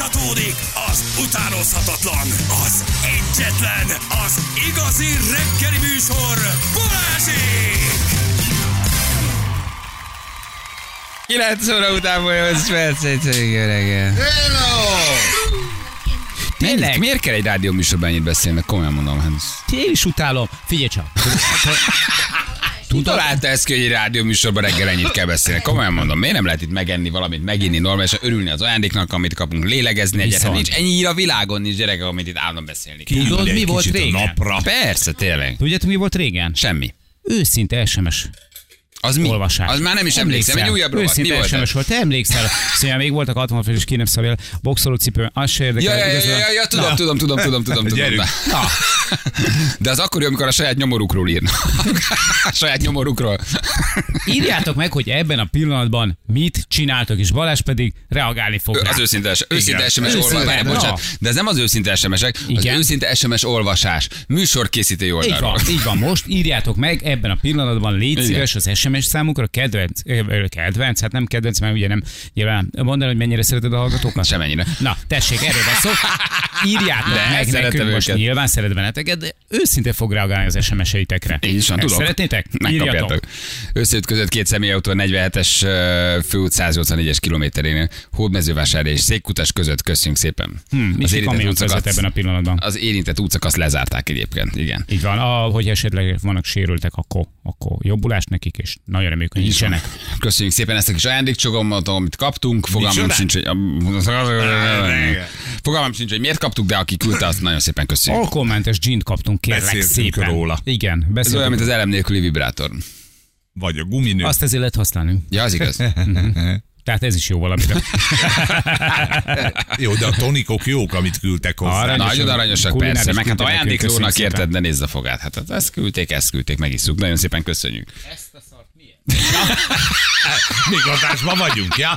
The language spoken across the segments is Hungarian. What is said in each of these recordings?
Folytatódik az utánozhatatlan, az egyetlen, az igazi reggeli műsor, Balázsék! 9 óra után volt 8 perc, jó reggel. Hello! Tényleg? Miért kell egy rádió műsorban ennyit beszélni? Komolyan mondom. Hát. Én is utálom. Figyelj csak. Találta ezt ki, hogy egy rádió műsorban reggel ennyit kell beszélni. Komolyan mondom, miért nem lehet itt megenni valamit, meginni normálisan, örülni az ajándéknak, amit kapunk, lélegezni egyáltalán. Nincs ennyi a világon, nincs gyerekek, amit itt állandóan beszélni kell. Tudod, mi volt régen? Napra. Persze, tényleg. Tudjátok, mi volt régen? Semmi. Őszinte SMS. Az mi? Olvasás. Az már nem is emlékszem. Egy újabb rovat. Mi volt SMS volt. Te emlékszel? Szóval még voltak 60 fős, ki nem szabél, boxolócipő, az se érdekel. Ja, tudom. Gyerünk. Na. De az akkor jó, amikor a saját nyomorukról írnak. A saját nyomorukról. Írjátok meg, hogy ebben a pillanatban mit csináltok, és Balázs pedig reagálni fog rá. Az őszinte SMS olvasás. Bocsánat, de ez nem az őszinte SMS-ek, az őszinte SMS olvasás. Műsorkészítői oldalról. Így van, most írjátok meg ebben a pillanatban, légy szíves az SMS számunkra, kedvenc, hát nem kedvenc, mert ugye nem, nyilván mondd el, hogy mennyire szereted a hallgatókat? Semennyire. Na, tessék, erről van szó. Írjátok meg nekünk, most nyilván szeret benneteket, de őszintén fog reagálni az SMS-eitekre. Így is van, tudok. Szeretnétek? Írjatok. Összeütközött két személyautó a 47-es főút 184-es kilométerénél, Hódmezővásárhely és Székkutas között. Köszönjük szépen. Az érintett útszakasz ebben a pillanatban. Az érintett útszakaszt lezárták egyébként, igen. Így van, hogy esetleg vannak sérültek, akkor jobbulást nekik, és nagyon reméljük, hogy nincsenek. Köszönjük szépen ezt a kis ajándékcsomagot, amit kaptunk. Fogalmam sincs, hogy miért kaptuk, de aki küldte, azt nagyon szépen köszönjük. Alkoholmentes gint kaptunk, kérlek Beszéltünk szépen. róla. Igen, Ez olyan, mint az elem nélküli vibrátor. Vagy a guminő. azt ezért lehet használni. Ja, az igaz. Tehát ez is jó valamire. Jó, de a tonikok jók, amit küldtek hozzá. Nagyon aranyosak, kulináris persze. Meg hát küldtek ajándéklónak nekünk, érted, de nézd a fogát. Hát ezt küldték, megisszuk. Nagyon szépen köszönjük. Ezt a szart miért? Még adásban vagyunk, ja?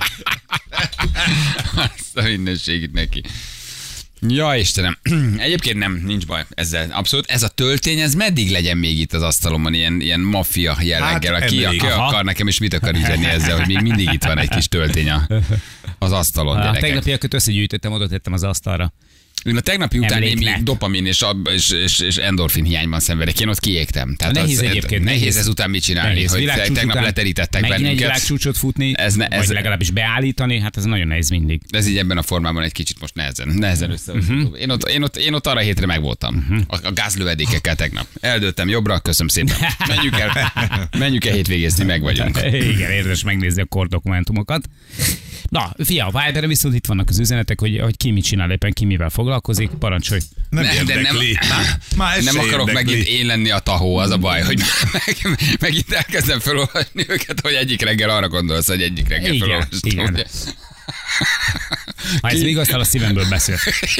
Azt a mindenségét neki. Ja, Istenem. Egyébként nem, nincs baj ezzel. Abszolút. Ez a töltény, ez meddig legyen még itt az asztalomon, ilyen maffia jelleggel, Hát, aki akar nekem, és mit akar üzenni ezzel, hogy még mindig itt van egy kis töltény az asztalon, A gyerekek. tegnapiakat összegyűjtöttem, oda tettem az asztalra. Én a tegnapi után Emléknek. még dopamin és endorfin hiányban szenvedek. Én ott kiégtem. Tehát Nehéz egyébként. Nehéz ezután mit csinálni, Nehéz. hogy Világcsúcs tegnap után leterítettek megint egy bennünket. világcsúcsot futni, vagy legalábbis beállítani, hát ez nagyon nehéz mindig. Ez így ebben a formában egy kicsit most nehezen össze. Én ott arra a hétre megvoltam. A gázlövedékekkel tegnap. Eldőltem jobbra, köszönöm szépen. Menjünk el hétvégézni, meg vagyunk. Igen, érdemes megnézni a kordokumentumokat. Na, fia, a Viberen viszont itt vannak az üzenetek, hogy ki mit csinál éppen, ki mivel foglalkozik, parancsolj. Nem de érdekli. Már ez nem se akarok érdekli. megint én lenni a tahó, az a baj, hogy megint elkezdem felolvasni őket, hogy egyik reggel arra gondolsz, hogy egyik reggel Igen, felolvastam. igen. Ugye? Ha ez még aztán a szívemből beszél.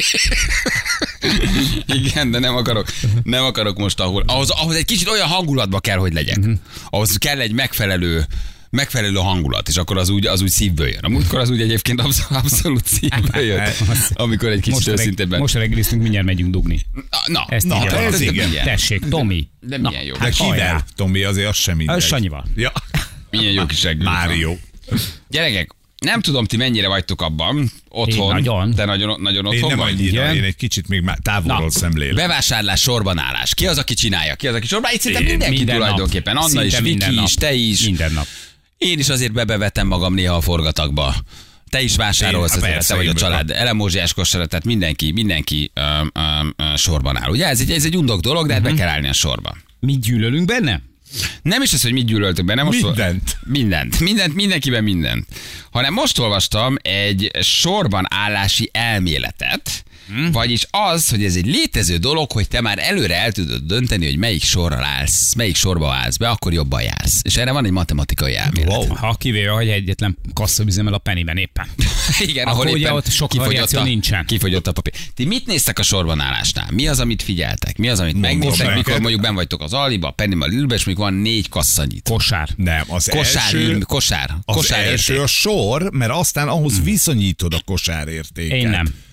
Igen, de nem akarok most ahhoz egy kicsit olyan hangulatba kell, hogy legyek. Ahhoz kell egy megfelelő hangulat, és akkor az úgy szívből jön. A múltkor az úgy egyébként abszolút szívből jön, amikor egy kicsit őszintében. Most reggeliztünk, mindjárt megyünk dugni. Na, Ezt Na, írja ez valaki. igen. Tessék, Tomi. de milyen jó. Hát kivel, Tomi, azért az sem mindegy. Sanyival. Ja. Milyen jó kis reggel. Mário. Gyerekek, nem tudom, ti mennyire vagytok abban, otthon. Én nagyon. Te nagyon Én otthon nem vagy? annyira, Igen. én egy kicsit még távolról Na, szemlélek. Bevásárlás, sorban állás. Ki az, aki csinálja? Ki az, aki sorban? Itt szerintem Én. mindenki Minden nap. tulajdonképpen. Anna is, Szinte minden Viki nap. is, te is. Minden nap. Én is azért bevettem magam néha a forgatagba. Te is vásárolsz, Én, azért, persze, te vagy a én család. Elemózsiás kosara, tehát mindenki sorban áll. Ugye ez egy undok dolog, de hát be kell állni a sorba. Mi gyűlölünk benne? Nem is az, hogy mit gyűlöltök benne. Mindent, mindenkiben mindent. Hanem most olvastam egy sorban állási elméletet, vagyis az, hogy ez egy létező dolog, hogy te már előre el tudod dönteni, hogy melyik sorba állsz be, akkor jobban jársz. És erre van egy matematikai elmélet. Wow. Ha kivéve, hogy egyetlen kasszabüzemmel a Pennyben éppen. Igen, Akkor ahol ugye éppen ott sok variáció nincsen. kifogyott a papír. Ti mit néztek a sorban állásnál? Mi az, amit figyeltek? Mi az, amit megnéztek, neked. mikor mondjuk benn vagytok az Aldiba, a Pennyben, a Lidlben, és mondjuk van 4 kasszanyit. Kosár. Nem, az Kosár első érték. a sor, mert aztán ahhoz viszonyítod a kosárértéket. Én nem.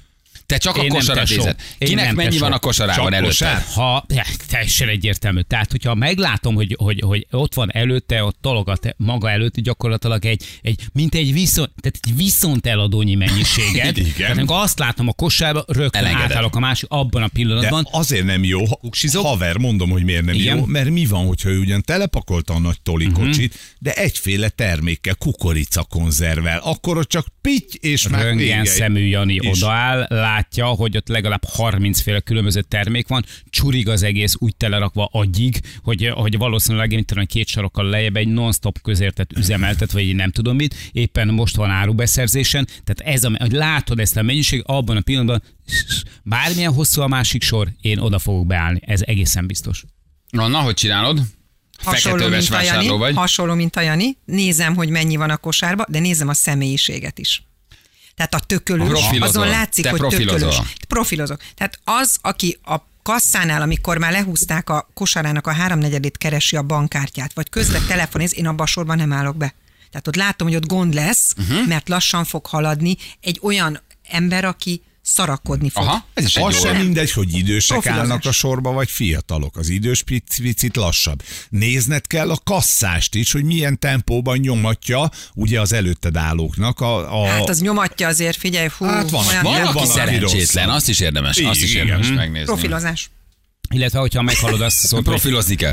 Te csak a Én nem kosarat tesó. nézed. Én Kinek nem mennyi tesó. van a kosarában Csak előtte? kosár? Teljesen egyértelmű. Tehát, hogyha meglátom, hogy ott van előtte, ott tologat maga előtt gyakorlatilag mint egy viszont eladónyi mennyiséget. Igen. Tehát amikor azt látom a kosárba, rögtön Elengeded. átállok a másik abban a De pillanatban. azért nem jó, haver, mondom, hogy miért nem Igen. jó, mert mi van, hogyha ő ugyan telepakolta a nagy tolikocsit, de egyféle termékkel, kukoricakonzervvel, akkor ott csak pitty, és már Röntgen vége. szemű Jani És- odaáll, látja, hogy ott legalább 30 féle különböző termék van, csurig az egész úgy telerakva agyig, hogy valószínűleg mint tudom, 2 sarokkal lejjebb egy non-stop közértet üzemeltet, vagy én nem tudom mit, éppen most van árubeszerzésen, tehát hogy látod ezt a mennyiség, abban a pillanatban bármilyen hosszú a másik sor, én oda fogok beállni, ez egészen biztos. Na, hogy csinálod? Feketőves vásárló vagy? Hasonló, mint a Jani. Nézem, hogy mennyi van a kosárba, de nézem a személyiséget is. Tehát a tökölős, Profilozol. azon látszik, Te hogy profilozol. tökölős. Profilozok. Tehát az, aki a kasszánál, amikor már lehúzták a kosarának a 3/4-ét keresi a bankkártyát, vagy közben telefonéz, én abban a sorban nem állok be. Tehát ott látom, hogy ott gond lesz, mert lassan fog haladni egy olyan ember, aki szarakodni fog. Aha, ez is egy Az jó. sem mindegy, hogy idősek Profilozás. állnak a sorba, vagy fiatalok. Az idős picit lassabb. Nézned kell a kasszást is, hogy milyen tempóban nyomatja ugye az előtted állóknak Hát az nyomatja azért, figyelj, hú, Hát van, olyan Van, Van, aki aki szerencsétlen, rosszabb. azt is érdemes, azt is Igen. érdemes megnézni. profilozás. Illetve, hogyha meghallod azt a szót, hogy Profilozni kell.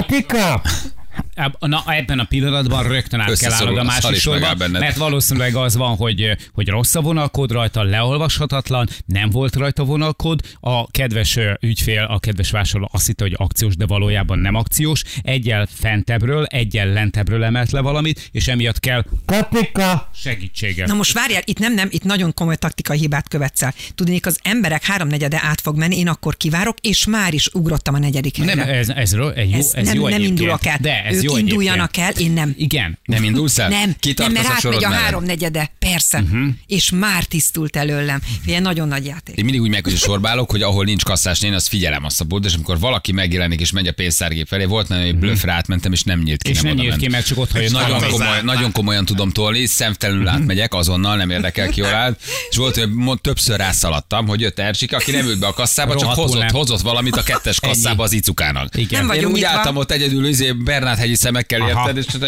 ebben a pillanatban rögtön át kell Összeszorul, állod a az másik hal is megáll sorba, benned. mert valószínűleg az van, hogy rossz a vonalkód rajta, leolvashatatlan, nem volt rajta vonalkód, a kedves ügyfél, a kedves vásárló azt hitte, hogy akciós, de valójában nem akciós, egyel fentebbről, egyel lentebbről emelt le valamit, és emiatt kell segítsége. Na most várjál, itt nagyon komoly taktikai hibát követsz el. Tudnék, az emberek 3/4 át fog menni, én akkor kivárok, és már is ugrottam a 4. helyre. Nem, ez jó, ez jó nem egyébként. indulok el. De ez ők jó induljanak egyébként. el, én nem. Igen. Nem indulsz el? Nem, Kitartasz mert a átmegy sorod a mellett? 3/4, persze. És már tisztult előlem. Ilyen nagyon nagy játék. Én mindig úgy meg, hogy sorbálok, hogy ahol nincs kasszás én, azt figyelem azt a pult, és amikor valaki megjelenik és megy a pénztárgép felé, volt nagyon egy blöffre átmentem, és nem nyílt ki. És nem nyílt odament. ki, mert csak ott hagyja Nagyon komolyan tudom tolni, szemtelenül átmegyek, azonnal nem érdekel ki, hol állt. És volt, hogy többször rászaladtam, hogy jött Erzsike, aki nem ült be a kasszába, csak Rohadtul nem. hozott valamit a 2-es kasszába az icukának. Igen. Nem Én vagyunk úgy nyitva. álltam ott egyedül Bernát-hegyi szemekkel Aha. érted,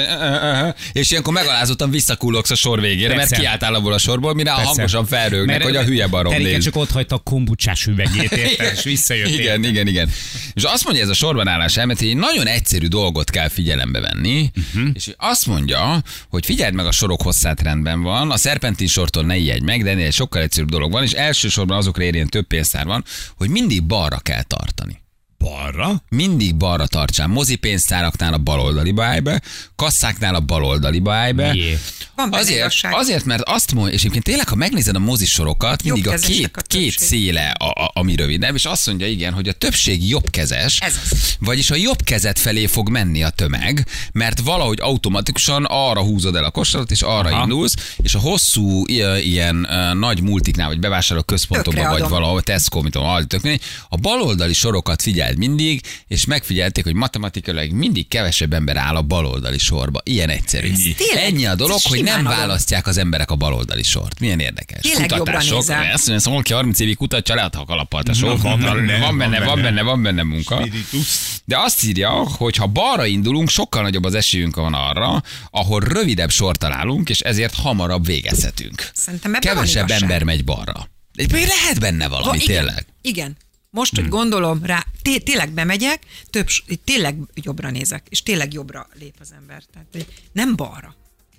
és ilyenkor megalázottan visszakullogsz a sor végére, mert Persze. kiálltál abból a sorból, mire Persze. hangosan felrögnek, Mert hogy a hülye barom Terike néz. csak ott hagyta a kombucsás üvegét, érted, és visszajött. Igen, igen, igen. És azt mondja ez a sorban állás elmélet, hogy egy nagyon egyszerű dolgot kell figyelembe venni, és azt mondja, hogy figyeld meg, a sorok hosszát rendben van, a szerpentin sortól ne ijedj meg, de ennél egy sokkal egyszerűbb dolog van, és elsősorban azokra érjen több pénztár van, hogy mindig balra kell tartani. Balra? Mindig balra tartsál. Mozipénztáraknál a baloldaliba állj be, kasszáknál a baloldaliba állj be. Miért? Van benne igazság. Azért, mert azt mondja, és egyébként tényleg, ha megnézed a mozisorokat, mindig a Jobbkezesek a két többség. széle, ami rövidebb, és azt mondja, igen, hogy a többség jobbkezes, Ez az. vagyis a jobb kezed felé fog menni a tömeg, mert valahogy automatikusan arra húzod el a kosarat, és arra indulsz, és a hosszú ilyen nagy multiknál, vagy bevásárló központokban, Tökre vagy adom. valahol Tesco, mit tudom, tök mindegy, a baloldali sorokat figyeld mindig, és megfigyelték, hogy matematikailag mindig kevesebb ember áll a baloldali sorba. Ilyen egyszerű. tényleg, Ennyi a dolog, ezt hogy nem simán adom. választják az emberek a baloldali sort. Milyen érdekes. Tényleg jobbra nézel. Azt mondja, szóval ki 30 évig kutatja, lehet a kalappal a sor. Van Van benne munka. Spiritus. De azt írja, hogy ha balra indulunk, sokkal nagyobb az esélyünk van arra, ahol rövidebb sort találunk, és ezért hamarabb végezhetünk. Szerintem ebben van Kevesebb igazság. ember megy balra. De lehet benne valami, igen, tényleg. Igen. Most, hogy gondolom rá, tényleg bemegyek, tényleg jobbra nézek, és tényleg jobbra lép az ember. Tehát hogy nem balra.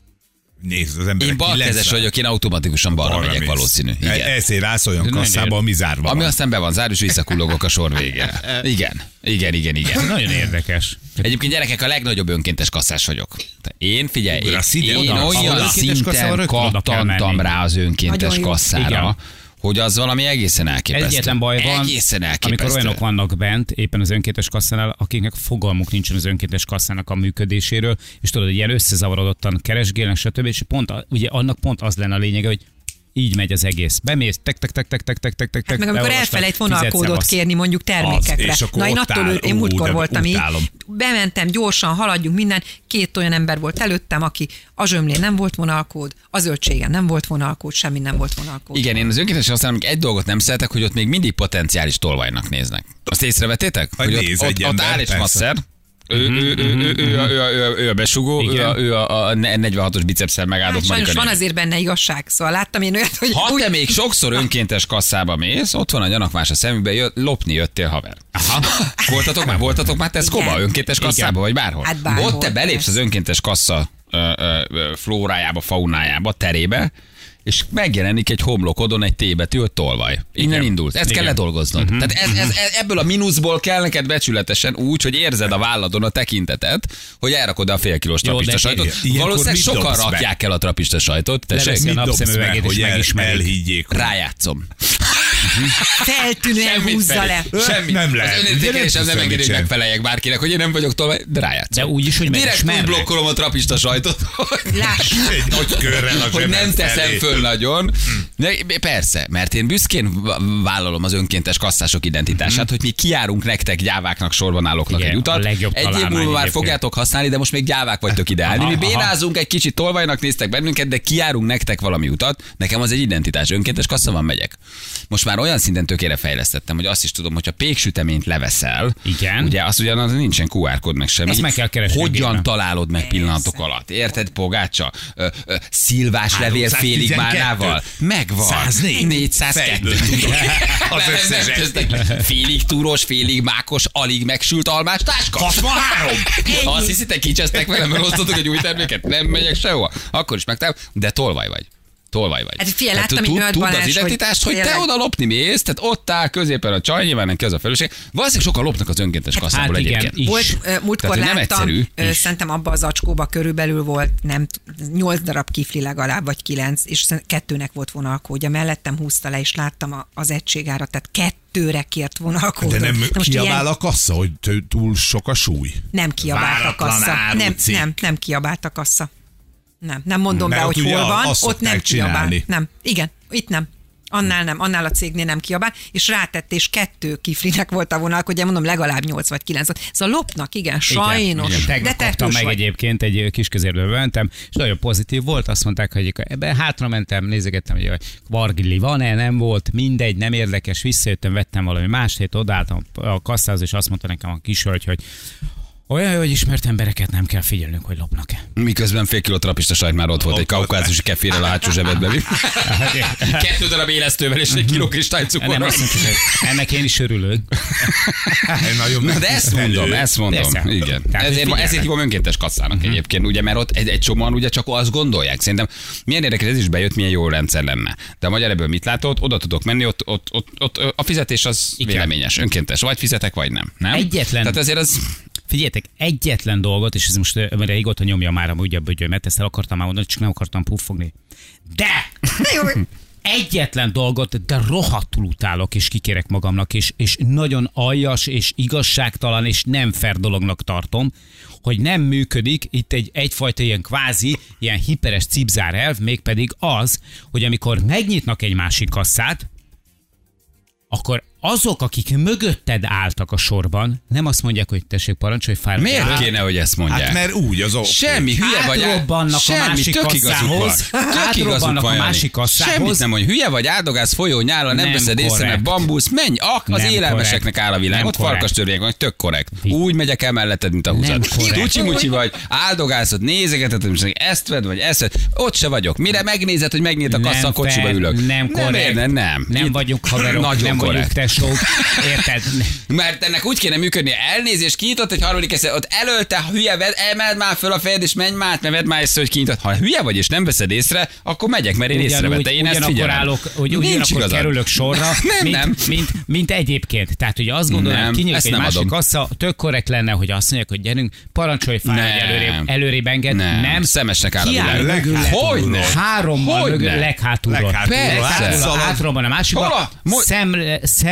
Nézd, az emberek Én balkezes vagyok, én automatikusan balra megyek mész. valószínű. Igen. Ezért rász olyan kasszába, ami zárva Ami van. aztán be van zárva, és visszakullogok a sor végére. Igen. Nagyon érdekes. Egyébként gyerekek, a legnagyobb önkéntes kasszás vagyok. Én figyelj, Ugrasz ide, én oda, olyan oda. Önkéntes kasszával szinten rögtön oda kell kattantam menni. rá az önkéntes Nagyon jó. kasszára, Igen. hogy az valami egészen elképesztő. Egyetlen baj van, Egészen elképesztő. amikor olyanok vannak bent, éppen az önkéntes kasszánál, akiknek fogalmuk nincsen az önkéntes kasszának a működéséről, és tudod, hogy ilyen összezavarodottan keresgélnek, stb. És ugye annak pont az lenne a lényege, hogy így megy az egész. Bemész, tek. Hát meg amikor elfelejt vonalkódot kérni mondjuk termékekre. Na én attól én múltkor voltam így. Bementem gyorsan, haladjunk minden. 2 olyan ember volt előttem, aki a zsömlén nem volt vonalkód, a zöldségen nem volt vonalkód, semmi nem volt vonalkód. Igen, én az önkéntes használom, egy dolgot nem szeretek, hogy ott még mindig potenciális tolvajnak néznek. Azt észrevettétek? Hogy ott áll és masszer. Ő a besugó, ő a 46-os bicepszel megáldott Marika. Sajnos van azért benne igazság, szóval láttam én olyat, hogy... Ha te még sokszor önkéntes kasszába mész, ott van a gyanakvás a szemükbe, lopni jöttél, haver. Aha. Voltatok már Tesco-ba, önkéntes kasszába, vagy bárhol? Hát bárhol. Ott te belépsz az önkéntes kassa flórájába, faunájába, terébe, és megjelenik egy homlokodon egy T-betű, hogy tolvaj. Innen indult. Ezt kell ledolgoznod. Tehát ebből a mínuszból kell neked becsületesen úgy, hogy érzed a válladon a tekintetet, hogy elrakod a fél kilós trapista sajtot. Valószínűleg sokan rakják el a trapista sajtot. Leveszi a napszemüvegét, és elhiggyék. Rájátszom. Feltűnően húzza le. Semmi. Nem lehet. Az önértékelésem nem engedi, hogy megfeleljek bárkinek, hogy én nem vagyok tolvaj, de rájátszom. De úgy is, hogy direkt úgy blokkolom a trapista sajtot, Láss. hogy nem teszem föl nagyon. De persze, mert én büszkén vállalom az önkéntes kasszások identitását, hogy mi kijárunk nektek gyáváknak, sorban állóknak egy utat. Egy év múlva már fogjátok használni, de most még gyávák vagytok ideálni. Mi bénázunk egy kicsit, tolvajnak néztek bennünket, de kijárunk nektek valami utat. Nekem az egy identitás. Önkéntes kassa van, megyek. Most már olyan szinten tökére fejlesztettem, hogy azt is tudom, hogyha péksüteményt leveszel, igen. Ugye az ugyanaz nincsen QR kód meg semmi. Ezt meg kell keresni. Hogyan találod meg pillanatok alatt? Érted, Pogácsa? Szilvás levél félig márnával? Megvan. 104. 402. Az összes. Félig túros, félig mákos, alig megsült almás táska. 63. Azt hiszitek, kicsesztek velem, mert osztotok egy új terméket? Nem megyek sehova. Akkor is megtalálom, de tolvaj vagy. Hát figyelj, láttam így Balázs, tudd az identitást, hogy te oda lopni mész, tehát ott áll középen a csaj, nyilván neki az a felelősség. Valószínűleg sokan lopnak az önkéntes kasszából egyébként. Múltkor láttam, szerintem abba az acskóba körülbelül volt, nem 8 darab kifli legalább, vagy 9, és 2-nek volt vonalkódja. Mellettem húzta le, és láttam az egységárat, tehát 2-re kért vonalkódot. De nem kiabál a kassa, hogy túl sok a súly? Nem kiabált a kassa. Nem kiabált a kassa. Nem mondom be, hogy hol van, ott nem kiabál. Nem, igen, itt nem. Annál a cégnél nem kiabál, és rátett, és 2 kiflinek volt a vonalak, ugye mondom, legalább 8 vagy 9. Szóval lopnak, igen, sajnos. Igen. Tegnap kaptam meg egyébként, egy kis közérbe mentem, és nagyon pozitív volt, azt mondták, hogy ebben hátra mentem, nézegettem, hogy vargili van-e, nem volt, mindegy, nem érdekes, visszajöttem, vettem valami mást, odaálltam a kasszához, és azt mondta nekem a kishölgy, hogy olyan jó, hogy ismert embereket nem kell figyelnünk, hogy lopnak-e. Miközben fél kiló trapista sajt már ott volt egy kaukázusi kefirrel a hátsó zsebedben. 2 darab élesztővel és 1 kiló kristálycukorral. Ennek én is örülök. De ezt mondom. Igen. Ezért hívom önkéntes kasszának egyébként, ugye, mert ott egy csomóan ugye csak azt gondolják. Szerintem milyen érdekes, ez is bejött, milyen jó rendszer lenne. De a magyar ebből mit látod? Oda tudok menni, ott a fizetés az véleményes, önkéntes. Vagy fizetek, vagy nem. Egyetlen. Tehát azért az... Figyeljetek, egyetlen dolgot, és ez most régóta nyomja már ugye a bögyömet, ezt el akartam már mondani, csak nem akartam puffogni. De! Egyetlen dolgot, de rohadtul utálok, és kikérek magamnak, és nagyon aljas, és igazságtalan, és nem fair dolognak tartom, hogy nem működik itt egyfajta ilyen kvázi, ilyen hiperes cipzár elv, mégpedig az, hogy amikor megnyitnak egy másik kasszát, akkor azok, akik mögötted álltak a sorban, nem azt mondják, hogy tessék, parancsolj, fájlok. Miért kéne, hogy ezt mondják? Hát mert úgy az semmi hülye vagy. Átrobbannak a másik kasszához. Átrobbannak a másik kasszához. Semmit nem mondj, hülye vagy, áldogálsz folyó nyála, nem veszed észre, mert bambusz, menj, az élelmeseknek áll a világ. Ott farkastörvények van, tök korrekt. Úgy megyek el melletted, mint a húzat. Tucsi-mucsi vagy, áldogászod, nézegeted, hogy ezt vedd, vagy ezt vedd. Ott se vagyok. Mire megnézed, hogy megnyílt a kassa, a kocsiba ülök. Nem korrekt. Nem vagyunk haverok, nem vagyunk tesók. Érted? Mert ennek úgy kéne működni, elnézést, kinyitott egy harmadik esze, ott előtte, ha hülye vagy, emeld már föl a fejed, és menj már, mert vedd már észre, hogy kinyitott. Ha hülye vagy, és nem veszed észre, akkor megyek, mert én észrevette, én ezt figyelem. Ugyanakkor kerülök sorra, mint egyébként. Tehát, hogy azt gondolom, kinyílik egy másik kassa, tök korrekt lenne, hogy azt mondják, hogy gyerünk, parancsolj fel, hogy előrébb enged. Nem. Szemesnek áll a világ. Hárommal leghátul. Persze. Hátromban a másikba,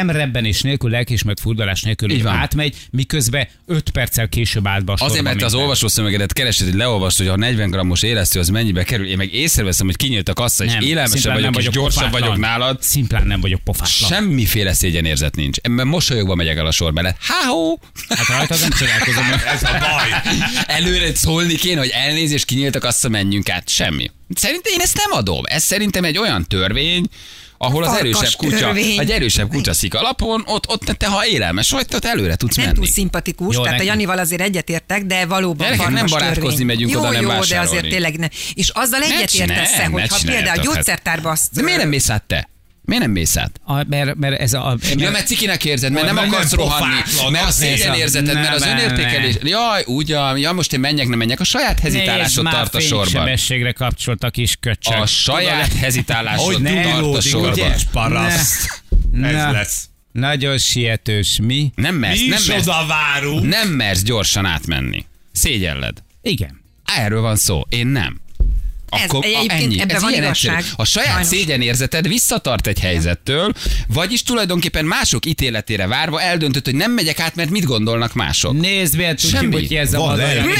számrebbenés nélkül, lelkiismeret furdalás nélkül átmegy, miközben 5 perccel később állt be a sorba. Azért, mert az olvasószövegedet keresed, hogy leolvasd, hogy a 40 grammos élesztő az mennyibe kerül. Én meg észreveszem, hogy kinyílt a kassa, és élelmesebb vagyok, és gyorsabb vagyok nálad. Szimplán nem vagyok pofátlan. Semmiféle szégyenérzet nincs. Ebben mosolyogva megyek el a sor bele. Háó! Hát rajtad nem csodálkozom, Ez a baj. Előre szólni kéne, hogy elnézést, kinyílt a kassa, menjünk át. Semmi. Szerintem én ezt nem adom. Ez szerintem egy olyan törvény, ahol az erősebb kutya szik alapon, ott te, ha élelmes vagy, ott előre tudsz menni. Nem túl szimpatikus, jó, tehát a Janival azért egyetértek, de valóban gyerekek, nem barátkozni törvény. megyünk jó, oda, nem jó, vásárolni. de azért tényleg ne. És azzal egyetértesz-e, hogy ha például gyógyszertárba azt... De miért nem mész át te? Miért nem mész át? Mert ez a... Ja, mert cikinek érzed, mert nem akarsz rohanni, mert a szégyenérzeted, mert az önértékelés. Jaj, ugyan, most én menjek, nem menjek. A saját hezitálásod tart a sorban. Sebességre kapcsolt a kis köcsög. A saját hezitálásod tart a sorban. Paraszt. Ez lesz. Nagyon sietős, mi? Nem mersz, várunk. nem mersz gyorsan átmenni. Szégyelled. Igen. Erről van szó, én nem. Akkor ennyi. Ez ilyen egyszerű. A saját szégyenérzeted visszatart egy helyzettől, vagyis tulajdonképpen mások ítéletére várva eldöntöd, hogy nem megyek át, mert mit gondolnak mások. Nézd, miért tudjuk, hogy ez a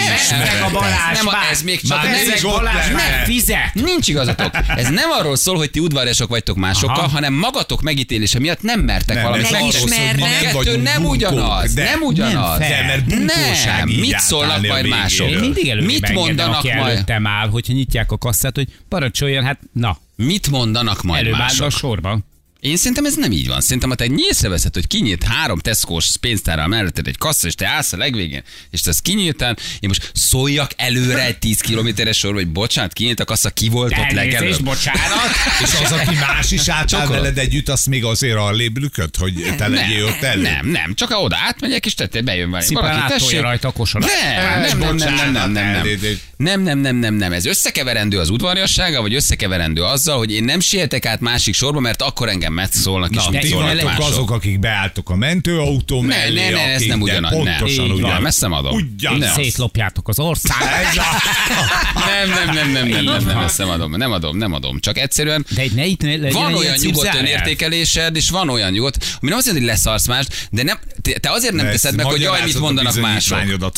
Nem, ez még csak nem fizet. Nincs igazatok. Ez nem arról szól, hogy ti udvariasok vagytok másokkal, hanem magatok megítélése miatt nem mertek valamit megismerni. A kettő nem ugyanaz. Nem ugyanaz. Nem. Mit szólnak majd mások? Mit mondanak majd? Előttem áll, hogyha nyitják a kasszát, hogy parancsoljon, hát na. Mit mondanak majd mások? A sorban. Én szerintem ez nem így van. Szerintem, ha te észreveszed, hogy kinyílt 3 Tesco-s pénztárral melletted egy kassa, és te állsz a legvégén, és te ezt kinyíltál, én most szóljak előre egy 10 kilométeres sorba, hogy bocsánat, kinyílt a kassa, ki volt ott legelőbb. Bocsánat. És az, aki más is átáll veled együtt, azt még azért arrébb lükött, hogy te legyél ott elő. Nem, csak oda átmegyek, és te bejön valami. Valaki tessék rajta a kosarat. Nem. Ez összekeverendő az udvariassága, vagy összekeverendő azzal, hogy én nem sietek át másik sorba, mert akkor engem szólnak, és mit szólnak mások. Azok, akik beálltok a mentőautó mellé, ez nem ugyanaz. Pontosan ugyanaz. Ezt nem adom. Szétlopjátok az országot. Nem, ezt nem adom. Csak egyszerűen van olyan nyugodt önértékelésed, és van olyan nyugodt, ami nem azt jelenti, hogy leszarsz más, de nem, te azért nem teszed meg, hogy jaj, mit mondanak mások.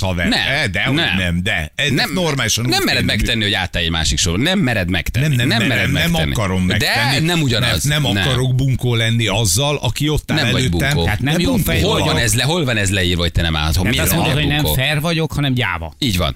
Nem normálisan. Nem mered megtenni, hogy átállj egy másik sorba. Nem mered megtenni. Nem akarom megtenni. De nem ugyanaz. Nem akarok bunkó lenni azzal, aki ott áll nem előttem. Tehát nem jó fej. Hol van ez leírva, hogy te nem állsz? Tehát azt mondod, hogy nem fair vagyok, hanem gyáva. Így van.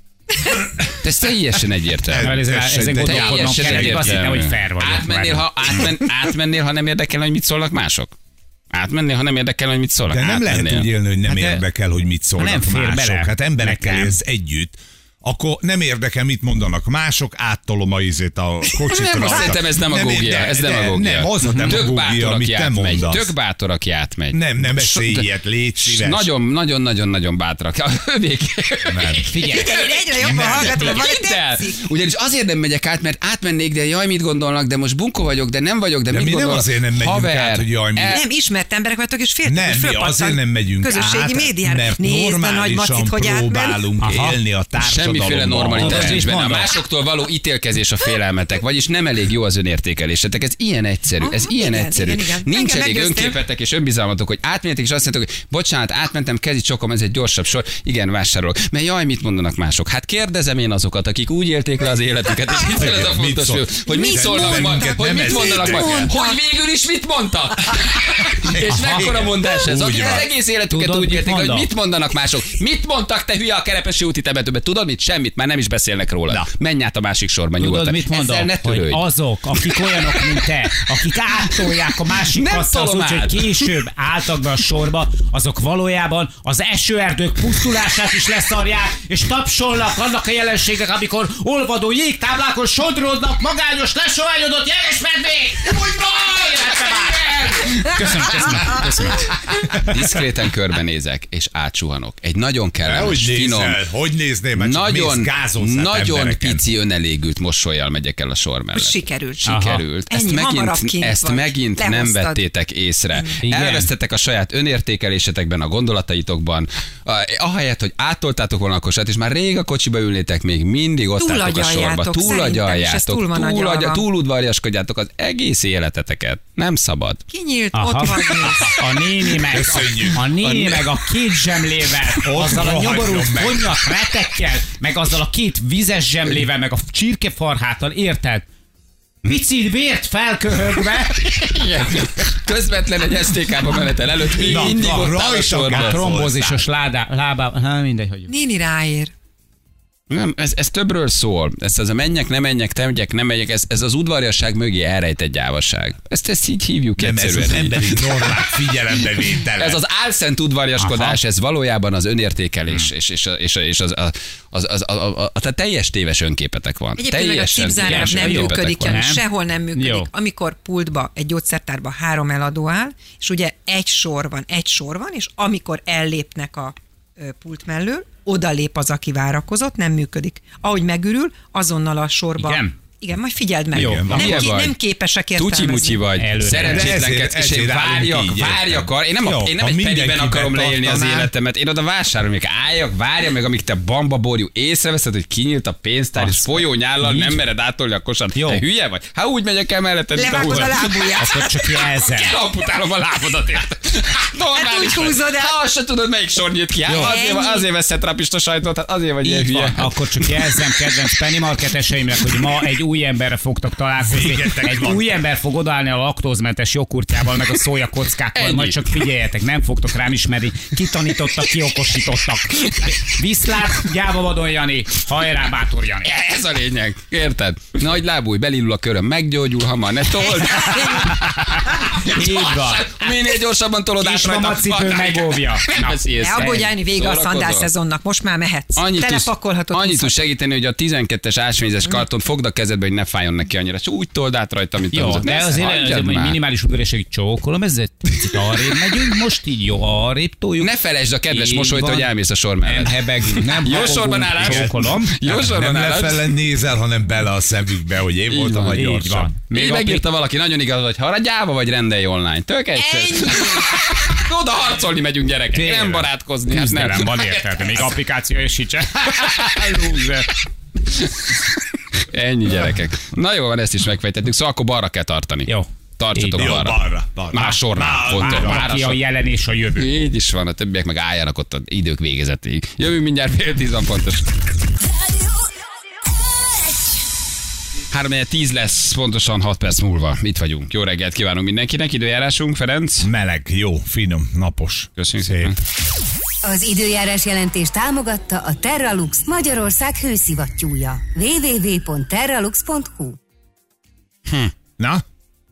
Ez teljesen egyértelmű. Ezen gondolkodnom kell, azt hittem, hogy fair vagyok. Átmennél, ha nem érdekel, hogy mit szólnak mások? Átmennél, ha nem érdekel, hogy mit szólnak? De nem lehet úgy élni, hogy nem érdekel, hogy mit szólnak mások. Hát emberekkel élsz együtt. Akkor nem érdekel, mit mondanak mások, áttolom a kocsit. Nem, szerintem ez demagógia. Ez demagógia. Nem, az a demagógia, amit te mondasz. Tök bátor, aki átmegy. Nem beszélj ilyet, légy szíves. Nagyon bátrak. Figyelj, egyre jobban hallgatom, hogy tetszik. Ugyanis azért nem megyek át, mert átmennék, de jaj, mit gondolnak, de most bunkó vagyok, de nem vagyok, de mit gondolnak. Nem azért nem megyünk át, hogy jaj, mit. Nem, ismert emberek vagytok, és féltek, mi azért nem megyünk át, közösségi médiára. mert normálisan próbálunk élni a társadalomban. Semmiféle normalitás nincs benne. A másoktól való ítélkezés a félelmetek, vagyis nem elég jó az önértékelésetek. Ez ilyen egyszerű. Igen. Nincs elég önképetek és önbizalmatok, hogy átmenjetek, és azt mondjátok, hogy bocsánat, átmentem, kezi csokom, ez egy gyorsabb sor. Igen, vásárolok. Mert jaj, mit mondanak mások? Hát kérdezem én azokat, akik úgy élték le az életüket, és itt ez a fontos, hogy mit szólnak majd, hogy mit mondanak majd, hogy végül is mit mondtak. És mekkora mondás ez? Akik az egész életüket úgy élték, hogy mit mondanak mások. Mit mondtak, te hülye a Kerepesi úti temetőben? Tudod mit? Semmit, már nem is beszélnek róla. Na. Menj át a másik sorban nyugodtan. Tudod, mit mondom? Hogy azok, akik olyanok, mint te, akik áttolják a másik kasszát úgy, hogy később álltak be a sorba, azok valójában az esőerdők pusztulását is leszarják, és tapsolnak annak a jelenségnek, amikor olvadó jégtáblákon sodródnak magányos, lesoványodott jegesmedvék! Úgy van! Köszönöm. Diszkréten körbenézek, és átsuhanok. Egy nagyon kellemes, finom, hogy nézném, mert nagyon pici önelégült mosollyal megyek el a sor mellett. Sikerült. Ezt megint nem vettétek észre. Elvesztettek a saját önértékelésetekben, a gondolataitokban. Ahelyett, hogy áttoltátok volna a kosát, és már rég a kocsiba ülnétek, még mindig ott álltok a sorba. Túlagyaljátok. Túludvarjaskodjátok az egész életeteket. Nem szabad. Kinyílt ott van. A néni meg a két zsemlével, azzal a nyomorult konyak retekkel, meg azzal a két vizes zsemlével, meg a csirkefarháttal, érted? Picit vért felköhögve. Közvetlen egy STK-ba menetel előtt, mindig ott áll a sorban. Trombózisos lábában, mindegy, hogy... Néni ráér. Nem, ez többről szól. Ez az a menjek, nem menjek, temgyek, nem megyek, ez az udvariasság mögé elrejtett gyávaság. Ezt így hívjuk egyszerűen. Ez az emberi normák figyelembevétele. Ez az álszent udvariaskodás, ez valójában az önértékelés, és a teljes téves önképetek van. Egyébként a chipzárás nem működik, sehol nem működik. Jó. Amikor pultba, egy gyógyszertárba 3 eladó áll, és ugye egy sor van, és amikor ellépnek a pult mellől, oda lép az, aki várakozott, nem működik. Ahogy megürül, azonnal a sorba... Igen, majd figyeld meg. Jó, nem képesek értelmezni. Tucsi-mucsi vagy, szerencsétlenkedsz, és én várjak. Én nem egy pediben akarom leélni az életemet. Én oda vásárolom, még várjak meg, amíg te bambaborjú észreveszed, hogy kinyílt a pénztár, és folyónyállal nem mered átolni a kosat. Te hülye vagy? Hát úgy megyek el melletted, mint a húzat. Levágod a lábujját. Akkor csak jelzem. Amputálom a lábodat, érted? Hát úgy húzod el. Ha azt se tudod, melyik sor nyílt ki. Azért veszed trapista sajtot, hát azért vagy ilyen hülye. Akkor csak jelzem, kedvenc penny marketeseimnek, hogy ma egy új emberre fogtok találkozni. Egy új ember fog odaállni a laktózmentes jogurtjával, meg a szója kockákkal, majd csak figyeljetek, nem fogtok rám ismerni. Kitanítottak, kiokosítottak. Viszlát, gyáva vadon Jani, hajrá bátor Jani. Ez a lényeg, érted? Nagy lábúj, belindul a köröm, meggyógyul hamar, ne told. Így van. Minél gyorsabban tolod át rajta. Macipő megóvja. Ne aggódj, Jani, vége a szandál szezonnak, most már mehetsz. Telepakolhatod. Annyit tud segíteni, hogy a 12-es ásványzes karton fogd a kezedbe, hogy ne fájjon neki annyira. Csak úgy told át rajta, mint jó, de azért minimális udvariassági csókolom, ezzel picit arrébb megyünk, most így jó, arrébb toljuk. Ne felejtsd a kedves mosolyt, hogy elmész a sor mellett. Nem hebegünk, nem jó sorban állás. Jó sorban állás. Nem lefele nézel, hanem bele a szemükbe, hogy én voltam a gyorsan. Még megírta valaki, nagyon igaz, hogy ha gyáva vagy, rendelj online. Tök egyszer. Oda harcolni megyünk, gyerekek, nem barátkozni. Küzdelem van, érted, még applikáció is sincsen. Ennyi, gyerekek. Na jó, van, ezt is megfejtettük, szóval akkor balra kell tartani. Jó. Tartsatok balra. Már sornál. Már a jelen és a jövő. Így is van, a többiek meg álljanak ott az idők végezetéig. Jövünk mindjárt 9:10 pontos. 3:10 lesz, pontosan 6 perc múlva. Itt vagyunk. Jó reggelt kívánunk mindenkinek. Időjárásunk, Ferenc? Meleg, jó, finom, napos. Köszönjük szépen. Az időjárás jelentést támogatta a Terralux Magyarország hőszivattyúja. www.terralux.hu. Na?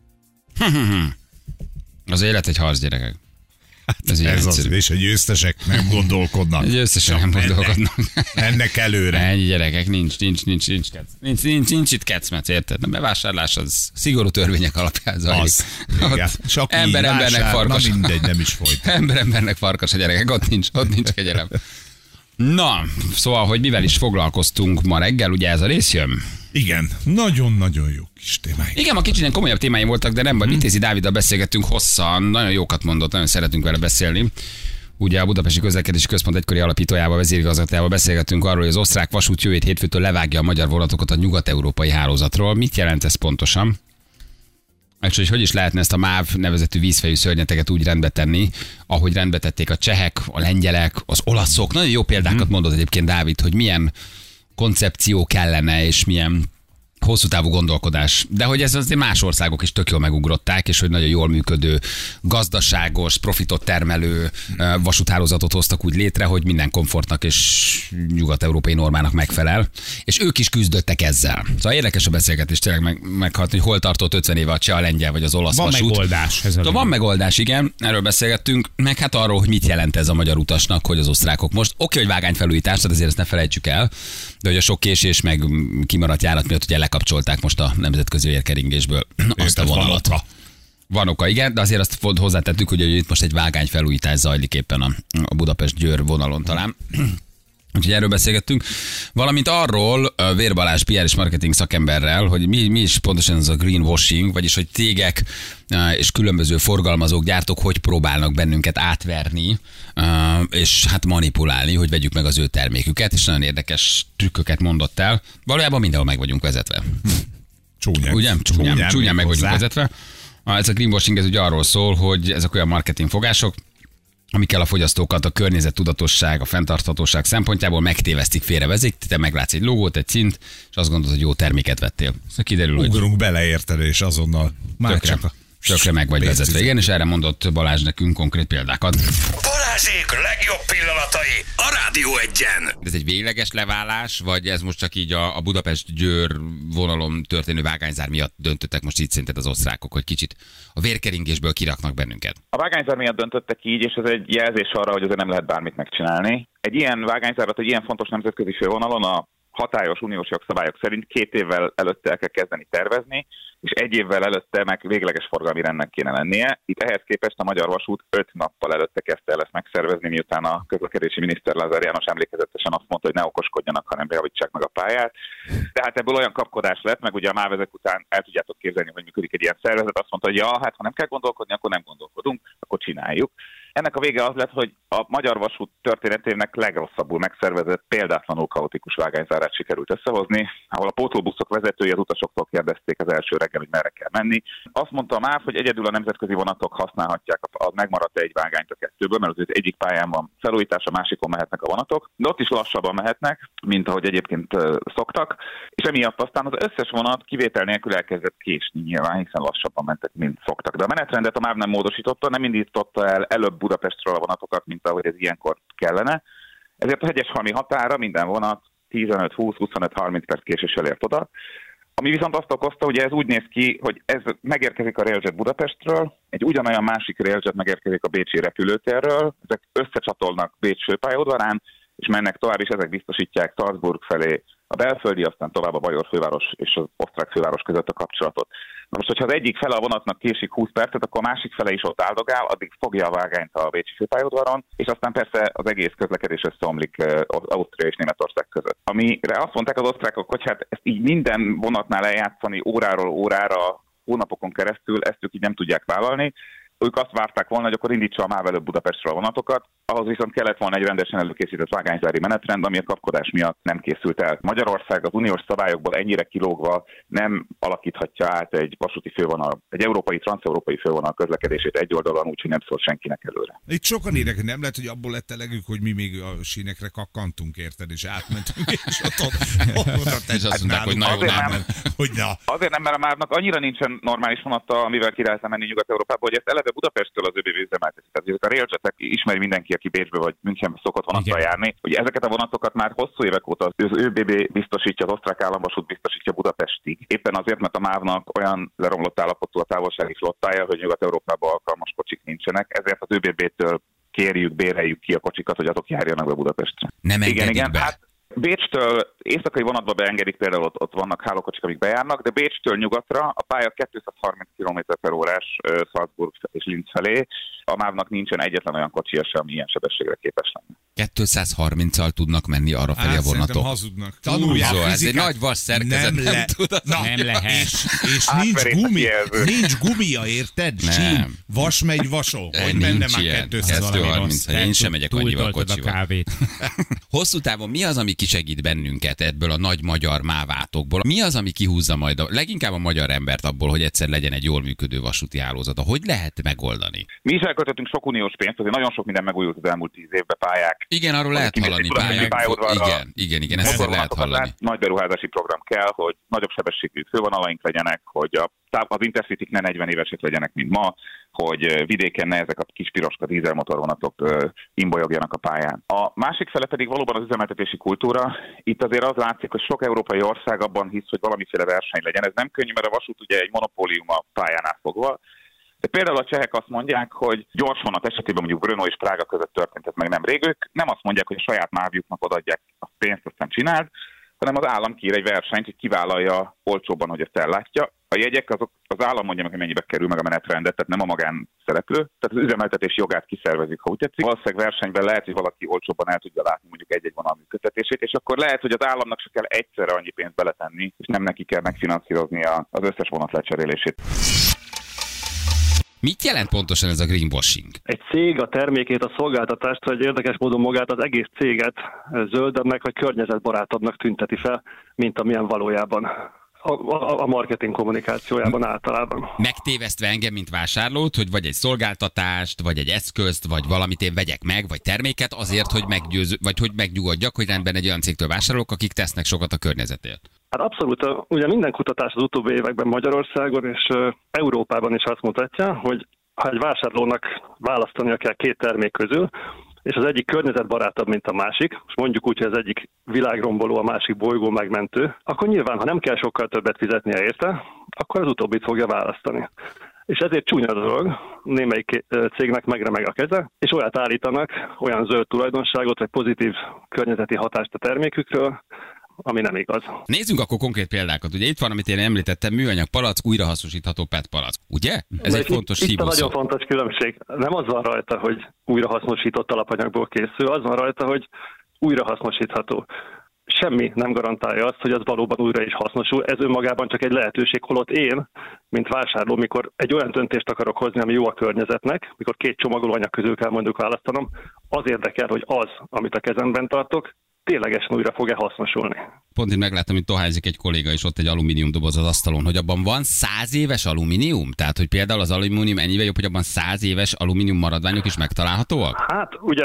Az élet egy harc, gyerekek. Ez az, és a győztesek nem gondolkodnak. A győztesek nem gondolkodnak. Ennek előre. Ennyi, gyerekek, nincs itt kecmec, érted? A bevásárlás az szigorú törvények alapján zajlik. Az, embernek farkas. Na mindegy, nem is folyt. Embernek farkas a gyerekek, ott nincs kegyelem. Na, szóval, hogy mivel is foglalkoztunk ma reggel, ugye ez a rész jön? Igen, nagyon-nagyon jó kis témáink. Igen, ma kicsit komolyabb témáim voltak, de nem baj. Vitézi Dáviddal beszélgettünk hosszan, nagyon jókat mondott, nagyon szeretünk vele beszélni. Ugye a Budapesti Közlekedési Központ egykori alapítójával, vezérigazgatójával beszélgettünk arról, hogy az osztrák vasút jövő hétfőtől levágja a magyar vonatokat a nyugat-európai hálózatról. Mit jelent ez pontosan? És hogy is lehetne ezt a MÁV nevezetű vízfejű szörnyeteket úgy rendbe tenni, ahogy rendbe tették a csehek, a lengyelek, az olaszok. Nagyon jó példákat mondott egyébként Dávid, hogy milyen koncepció kellene, és milyen hosszú távú gondolkodás. De hogy ez azért más országok is tök jól megugrották, és hogy nagyon jól működő, gazdaságos, profitot termelő vasúthálózatot hoztak úgy létre, hogy minden komfortnak és nyugat-európai normának megfelel. És ők is küzdöttek ezzel. Szóval érdekes a beszélgetés, tényleg meghalni, hogy hol tartott 50 éve a cseh, a lengyel vagy az olasz vasút. Van megoldás. Van megoldás, igen. Erről beszélgettünk. Meg hát arról, hogy mit jelent ez a magyar utasnak, hogy az osztrákok most. Oké, hogy vágányfelújítás, tehát azért ezt ne felejtsük el, de hogy a sok késés meg kimaradt járat miatt ugye lekapcsolták most a nemzetközi érkeringésből azt a vonalat. Van oka, igen, de azért azt hozzátettük, hogy itt most egy vágányfelújítás zajlik éppen a Budapest-Győr vonalon talán. Úgyhogy erről beszélgettünk. Valamint arról Vér Balázs PR és marketing szakemberrel, hogy mi is pontosan ez a greenwashing, vagyis hogy cégek és különböző forgalmazók, gyártók hogy próbálnak bennünket átverni, és hát manipulálni, hogy vegyük meg az ő terméküket, és nagyon érdekes trükköket mondott el. Valójában mindenhol meg vagyunk vezetve. Csúnyán. Ugye? Csúnyán meg vagyunk vezetve. Ez a greenwashing ez ugye arról szól, hogy ezek olyan marketingfogások, amikkel a fogyasztókat a környezettudatosság, a fenntarthatóság szempontjából megtévesztik, félrevezik. Te meglátsz egy logót, egy címt, és azt gondolod, hogy jó terméket vettél. Szóval kiderül, hogy ugrunk bele, érted, és azonnal már tökre meg vagy vezetve. Igen, és erre mondott Balázs nekünk konkrét példákat. Balázsék legjobb pillanatai a Rádió Egyen. Ez egy végleges leválás, vagy ez most csak így a Budapest-Győr vonalon történő vágányzár miatt döntöttek most így szerinted az osztrákok, hogy kicsit a vérkeringésből kiraknak bennünket? A vágányzár miatt döntöttek így, és ez egy jelzés arra, hogy azért nem lehet bármit megcsinálni. Egy ilyen vágányzárat, egy ilyen fontos nemzetközi fővonalon a hatályos uniós jogszabályok szerint 2 évvel előtte el kell kezdeni tervezni, és 1 évvel előtte meg végleges forgalmi rendnek kéne lennie. Itt ehhez képest a Magyar Vasút 5 nappal előtte kezdte el ezt megszervezni, miután a közlekedési miniszter Lázár János emlékezetesen azt mondta, hogy ne okoskodjanak, hanem javítsák meg a pályát. Tehát ebből olyan kapkodás lett, meg ugye a MÁV ezek után el tudjátok képzelni, hogy működik egy ilyen szervezet, azt mondta, hogy ja, hát ha nem kell gondolkodni, akkor nem gondolkodunk, akkor csináljuk. Ennek a vége az lett, hogy a Magyar Vasút történetének legrosszabbul megszervezett, példátlanul kaotikus vágányzárát sikerült összehozni, ahol a pótlóbuszok vezetői az utasoktól kérdezték az első reggel, hogy merre kell menni. Azt mondta a MÁV, hogy egyedül a nemzetközi vonatok használhatják a megmaradt egy vágányt a 2-ből, mert az egyik pályán van felújítás, a másikon mehetnek a vonatok, de ott is lassabban mehetnek, mint ahogy egyébként szoktak, és emiatt aztán az összes vonat kivétel nélkül elkezdett késni nyilván, hiszen lassabban mentek, mint szoktak. De a menetrendet a MÁV nem módosította, nem indította el előbb Budapestről a vonatokat, mint ahogy ez ilyenkor kellene. Ezért a Hegyeshalmi határa minden vonat 15, 20, 25, 30 perc késéssel ért oda. Ami viszont azt okozta, hogy ez úgy néz ki, hogy ez megérkezik a Railjet Budapestről, egy ugyanolyan másik Railjet megérkezik a bécsi repülőtérről, ezek összecsatolnak Bécs főpályaudvarán, és mennek tovább, és ezek biztosítják Salzburg felé a belföldi, aztán tovább a bajor főváros és az osztrák főváros között a kapcsolatot. Na most, hogyha az egyik fele a vonatnak késik 20 percet, akkor a másik fele is ott áldogál, addig fogja a vágányt a bécsi főpályaudvaron, és aztán persze az egész közlekedés összeomlik Ausztria és Németország között. Amire azt mondták az osztrákok, hogy hát ezt így minden vonatnál eljátszani óráról órára, hónapokon keresztül, ezt ők így nem tudják vállalni. Ők azt várták volna, hogy akkor indítsa a MÁV előbb Budapestről a vonatokat, ahhoz viszont kellett volna egy rendesen előkészített vágányzári menetrend, ami a kapkodás miatt nem készült el. Magyarország az uniós szabályokból ennyire kilógva nem alakíthatja át egy vasúti fővonal, egy európai, transzeurópai fővonal közlekedését egy oldalon úgy, hogy nem szól senkinek előre. Itt sokan írják, hogy nem lehet, hogy abból lett elegük, hogy mi még a sínekre kakkantunk, érted, és átmentünk, és ott és azt mondták, hogy nagyon nem. Azért nem, mert a MÁV-nak annyira nincsen normális vonata, amivel ki lehetne menni Nyugat-Európába, hogy ezt eleve Budapesttől az ÖBB üzemelteti. Tehát a Railjetek ismeri mindenki, aki Bécsbe vagy Münchenbe szokott vonattal járni, hogy ezeket a vonatokat már hosszú évek óta az ÖBB biztosítja, az osztrák államvasút biztosítja Budapestig. Éppen azért, mert a MÁV-nak olyan leromlott állapotú a távolsági flottája, hogy Nyugat-Európában alkalmas kocsik nincsenek, ezért az ÖBB-től kérjük, béreljük ki a kocsikat, hogy azok járjanak be Budapestre. Nem engedik be. Hát Bécstől éjszakai vonatba beengedi, például ott vannak hálókocsik, amik bejárnak, de Bécstől nyugatra a pálya 230 km/h Salzburg és Linz felé. A MÁV-nak nincsen egyetlen olyan kocsia sem, ami ilyen sebességre képes lenne. 230-al tudnak menni arra felé a vonatok. Hazudnak. Tanulják, ez egy nagy vas szerkezet, nem tudod. Nem lehet. És nincs gumia, érted? Nem. Vas megy vasol. Hogy menne már 230. Én sem megyek annyival kocsival. A kávét. Hosszú távon mi az, ami kisegít bennünket ebből a nagy magyar mávátokból? Mi az, ami kihúzza majd leginkább a magyar embert abból, hogy egyszer legyen egy jól működő vasúti hálózata? Hogy lehet megoldani? Mi is elköltöttünk sok uniós pénzt, azért nagyon sok minden megújult az elmúlt 10 évben, pályák. Igen, arról lehet hallani. Igen, ezt lehet hallani. Nagy beruházási program kell, hogy nagyobb sebességű fővonalaink legyenek, hogy az Intercity-k ne 40 évesek legyenek, mint ma, hogy vidéken ne ezek a kis piroska dízelmotorvonatok imbolyogjanak a pályán. A másik fele pedig valóban az üzemeltetési kultúra. Itt azért az látszik, hogy sok európai ország abban hisz, hogy valamiféle verseny legyen. Ez nem könnyű, mert a vasút ugye egy monopólium a pályánál fogva. De például a csehek azt mondják, hogy gyors vonat esetében mondjuk Brno és Prága között történt ez meg nemrég. Ők nem azt mondják, hogy a saját mávjuknak odaadják a pénzt, aztán csináld, hanem az állam kiír egy versenyt, hogy kivállalja olcsóbban, hogy ezt ellátja. A jegyek azok az állam mondja meg, hogy mennyibe kerül meg a menetrendet, tehát nem a magán szereplő. Tehát az üzemeltetés jogát kiszervezik, ha úgy tetszik. Valószínűleg versenyben lehet, hogy valaki olcsóbban el tudja látni mondjuk egy-egy vonal működtetését, és akkor lehet, hogy az államnak se kell egyszerre annyi pénzt beletenni, és nem neki kell megfinanszírozni az összes vonat lecserélését. Mit jelent pontosan ez a greenwashing? Egy cég a termékét, a szolgáltatást, vagy érdekes módon magát az egész céget zöldebbnek vagy környezetbarátabbnak tünteti fel, mint amilyen valójában. a marketing kommunikációjában általában. Megtévesztve engem, mint vásárlót, hogy vagy egy szolgáltatást, vagy egy eszközt, vagy valamit én vegyek meg, vagy terméket azért, hogy vagy hogy megnyugodjak, hogy rendben egy olyan cégtől vásárolok, akik tesznek sokat a környezetért. Hát abszolút, ugye minden kutatás az utóbbi években Magyarországon és Európában is azt mutatja, hogy ha egy vásárlónak választania kell 2 termék közül, és az egyik környezetbarátabb, mint a másik, és mondjuk úgy, hogy az egyik világromboló, a másik bolygó megmentő, akkor nyilván, ha nem kell sokkal többet fizetnie érte, akkor az utóbbit fogja választani. És ezért csúnya dolog, némelyik cégnek megremeg a keze, és olyat állítanak, olyan zöld tulajdonságot, vagy pozitív környezeti hatást a termékükről, ami nem igaz. Nézzünk akkor konkrét példákat. Ugye itt van, amit én említettem, műanyag palack, újrahasznosítható PET palack. Ugye? Ez egy fontos itt a nagyon fontos különbség. Nem az van rajta, hogy újrahasznosított alapanyagból készül, az van rajta, hogy újrahasznosítható. Semmi nem garantálja azt, hogy az valóban újra is hasznosul. Ez önmagában csak egy lehetőség, holott én, mint vásárló, mikor egy olyan döntést akarok hozni, ami jó a környezetnek, mikor 2 csomagolóanyag közül kell mondjuk választanom, az érdekel, hogy az, amit a kezemben tartok, ténylegesen újra fog-e hasznosulni. Pont én megláttam, hogy toházik egy kolléga, és ott egy alumínium doboz az asztalon, hogy abban van 100 éves alumínium? Tehát, hogy például az alumínium ennyivel jobb, hogy abban 100 éves alumínium maradványok is megtalálhatóak? Hát, ugye...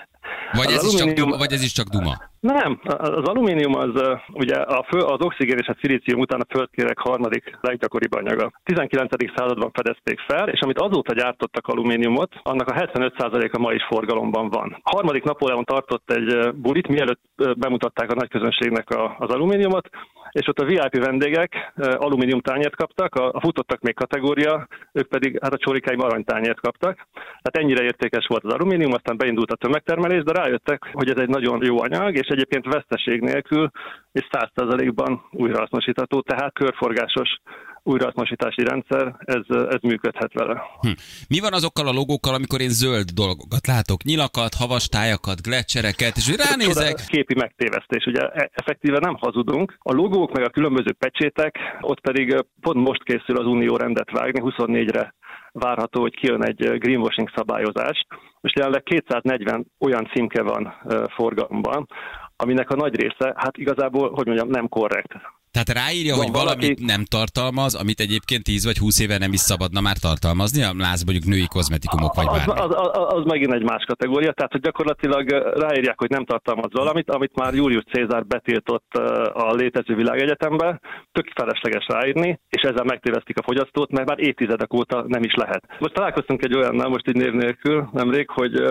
Vagy ez is csak duma? Nem, az alumínium az ugye az oxigén és a szilícium után a földkéreg harmadik leggyakoribb anyaga. 19. században fedezték fel, és amit azóta gyártottak alumíniumot, annak a 75%-a ma is forgalomban van. A harmadik Napóleon tartott egy bulit, mielőtt bemutatták a nagy közönségnek az alumíniumot, és ott a VIP vendégek alumínium tányért kaptak, a futottak még kategória, ők pedig hát a csórikáim aranytányért kaptak. Tehát ennyire értékes volt az alumínium, aztán beindult a tömegtermelés, de rájöttek, hogy ez egy nagyon jó anyag, és egyébként veszteség nélkül és 100%-ban újrahasznosítható, tehát körforgásos újrahasznosítási rendszer, ez működhet vele. Mi van azokkal a logókkal, amikor én zöld dolgokat látok? Nyilakat, havastájakat, gletszereket, és ránézek. Képi megtévesztés, ugye effektíve nem hazudunk. A logók meg a különböző pecsétek, ott pedig pont most készül az Unió rendet vágni, 24-re várható, hogy kijön egy greenwashing szabályozás. Most jelenleg 240 olyan címke van forgalomban, aminek a nagy része, hát igazából, hogy mondjam, nem korrekt. Tehát ráírja, hogy valamit nem tartalmaz, amit egyébként 10 vagy 20 éve nem is szabadna már tartalmazni, a láz mondjuk női kozmetikumok vagy bármi. Az megint egy más kategória, tehát hogy gyakorlatilag ráírják, hogy nem tartalmaz valamit, amit már Julius Cézár betiltott a létező világegyetembe, tök felesleges ráírni, és ezzel megtévesztik a fogyasztót, mert már évtizedek óta nem is lehet. Most találkoztunk egy olyannal, most így név nélkül nemrég, hogy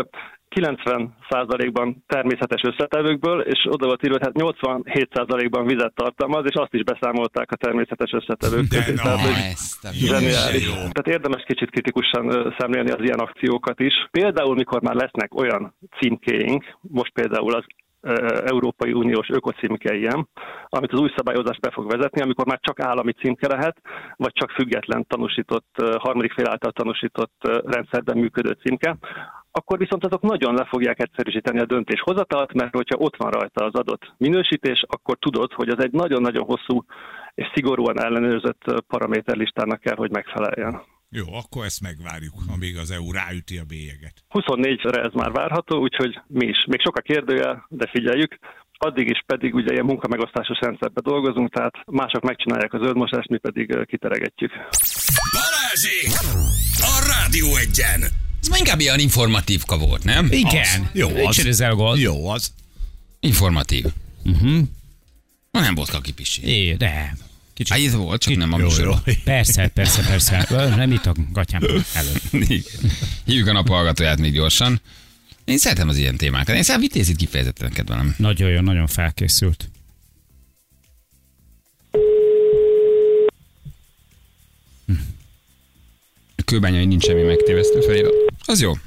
90%-ban természetes összetevőkből, és oda volt írva, hogy hát 87%-ban vizet tartalmaz, és azt is beszámolták a természetes összetevők közé. Tehát érdemes kicsit kritikusan szemlélni az ilyen akciókat is. Például, mikor már lesznek olyan címkéink, most például az Európai Uniós ökocímke ilyen, amit az új szabályozás be fog vezetni, amikor már csak állami címke lehet, vagy csak független tanúsított, harmadik fél által tanúsított rendszerben működő címke, akkor viszont azok nagyon le fogják egyszerűsíteni a döntéshozatalt, mert hogyha ott van rajta az adott minősítés, akkor tudod, hogy az egy nagyon-nagyon hosszú és szigorúan ellenőrzött paraméterlistának kell, hogy megfeleljen. Jó, akkor ezt megvárjuk, amíg az EU ráüti a bélyeget. 24-re ez már várható, úgyhogy mi is. Még sok a kérdőjel, de figyeljük. Addig is pedig ugye ilyen munkamegosztásos rendszerben dolgozunk, tehát mások megcsinálják a zöldmosást, mi pedig kiteregetjük. Balázsék! A Rádió Egyen! Ez már inkább ilyen informatívka volt, nem? Igen. Jó az. Jó az. Informatív. Nem volt kakipisi. De... Kicsit. Ez volt, csak nem a műsorban. Persze. Nem itt a gatyám előtt. Hívjuk a naphallgatóját még gyorsan. Én szeretem az ilyen témákat. Én szerintem vitézít kifejezetten kedvelem. Nagyon jó, nagyon felkészült. A kőbányai nincs semmi megtévesztő felirat. Az jó.